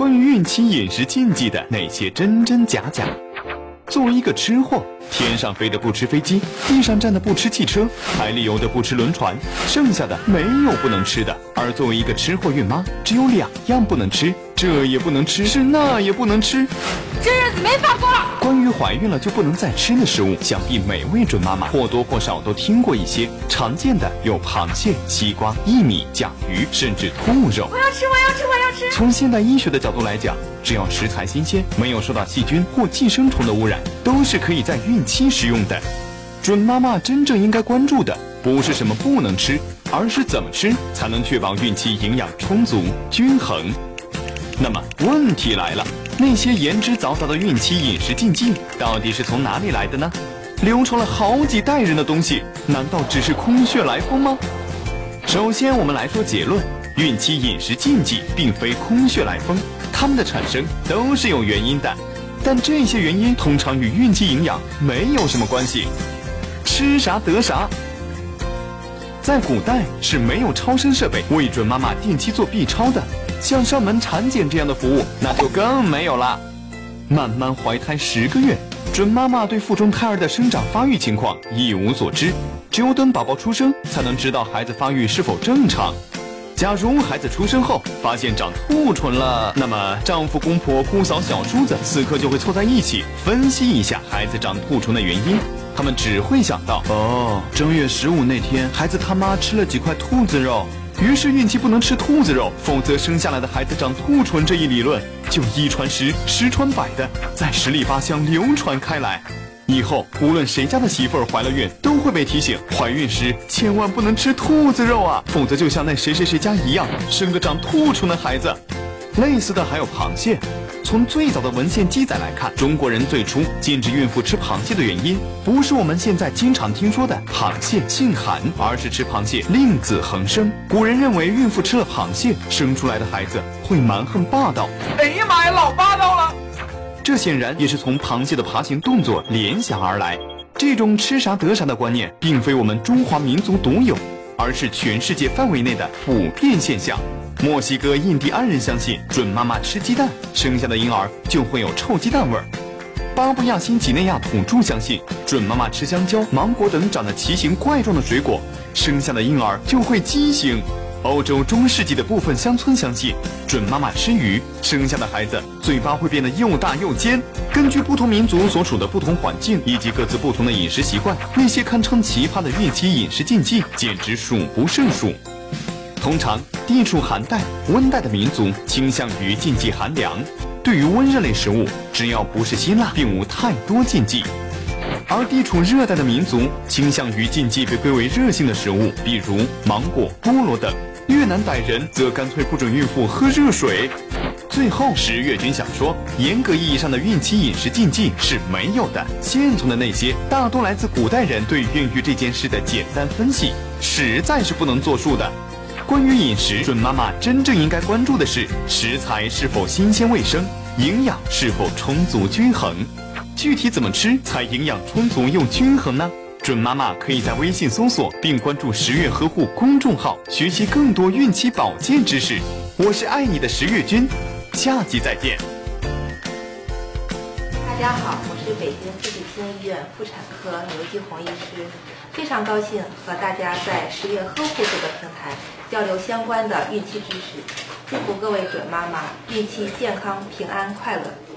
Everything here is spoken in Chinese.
关于孕期饮食禁忌的那些真真假假。作为一个吃货，天上飞的不吃飞机，地上站的不吃汽车，海里游的不吃轮船，剩下的没有不能吃的。而作为一个吃货孕妈，只有2样不能吃，这也不能吃，是那也不能吃， 这日子没法过了。 关于怀孕了就不能再吃的食物，想必每位准妈妈或多或少都听过一些。常见的有螃蟹、西瓜、薏米、甲鱼，甚至兔肉。 我要吃，我要吃，我要吃。 从现代医学的角度来讲，只要食材新鲜，没有受到细菌或寄生虫的污染，都是可以在孕期食用的。准妈妈真正应该关注的，不是什么不能吃，而是怎么吃才能确保孕期营养充足、均衡。那么问题来了，那些言之凿凿的孕期饮食禁忌，到底是从哪里来的呢？流传了好几代人的东西，难道只是空穴来风吗？首先我们来说结论，孕期饮食禁忌并非空穴来风，它们的产生都是有原因的，但这些原因通常与孕期营养没有什么关系。吃啥得啥。在古代是没有超声设备为准妈妈定期做 B 超的，像上门产检这样的服务那就更没有了。慢慢怀胎10个月，准妈妈对腹中胎儿的生长发育情况一无所知，只有等宝宝出生才能知道孩子发育是否正常。假如孩子出生后发现长兔唇了，那么丈夫、公婆、姑嫂、小叔子此刻就会凑在一起分析一下孩子长兔唇的原因。他们只会想到，正月15那天孩子他妈吃了几块兔子肉，于是孕期不能吃兔子肉，否则生下来的孩子长兔唇，这一理论就1传10、10传100的在十里八乡流传开来。以后无论谁家的媳妇儿怀了孕，都会被提醒怀孕时千万不能吃兔子肉啊，否则就像那谁谁谁家一样，生个长兔唇的孩子。类似的还有螃蟹。从最早的文献记载来看，中国人最初禁止孕妇吃螃蟹的原因，不是我们现在经常听说的螃蟹性寒，而是吃螃蟹令子恒生。古人认为孕妇吃了螃蟹生出来的孩子会蛮横霸道。 哎呀妈呀，老霸道了！ 这显然也是从螃蟹的爬行动作联想而来。这种吃啥得啥的观念，并非我们中华民族独有，而是全世界范围内的普遍现象。墨西哥、印第安人相信准妈妈吃鸡蛋，生下的婴儿就会有臭鸡蛋味儿。巴布亚新几内亚土著相信准妈妈吃香蕉、芒果等长得奇形怪状的水果，生下的婴儿就会畸形。欧洲中世纪的部分乡村相信准妈妈吃鱼，生下的孩子嘴巴会变得又大又尖。根据不同民族所处的不同环境以及各自不同的饮食习惯，那些堪称奇葩的孕期饮食禁忌简直数不胜数。通常地处寒带、温带的民族倾向于禁忌寒凉，对于温热类食物，只要不是辛辣，并无太多禁忌。而地处热带的民族倾向于禁忌被归为热性的食物，比如芒果、菠萝等。越南傣人则干脆不准孕妇喝热水。最后，十月君想说，严格意义上的孕期饮食禁忌是没有的。现存的那些大多来自古代人对孕育这件事的简单分析，实在是不能作数的。关于饮食，准妈妈真正应该关注的是食材是否新鲜卫生，营养是否充足均衡。具体怎么吃才营养充足又均衡呢？准妈妈可以在微信搜索并关注10月呵护公众号，学习更多孕期保健知识。我是爱你的10月君，下集再见。 大家好，我是北京四季青医院妇产科刘继红医师，非常高兴和大家在10月呵护这个平台交流相关的孕期知识。祝福各位准妈妈孕期健康、平安、快乐。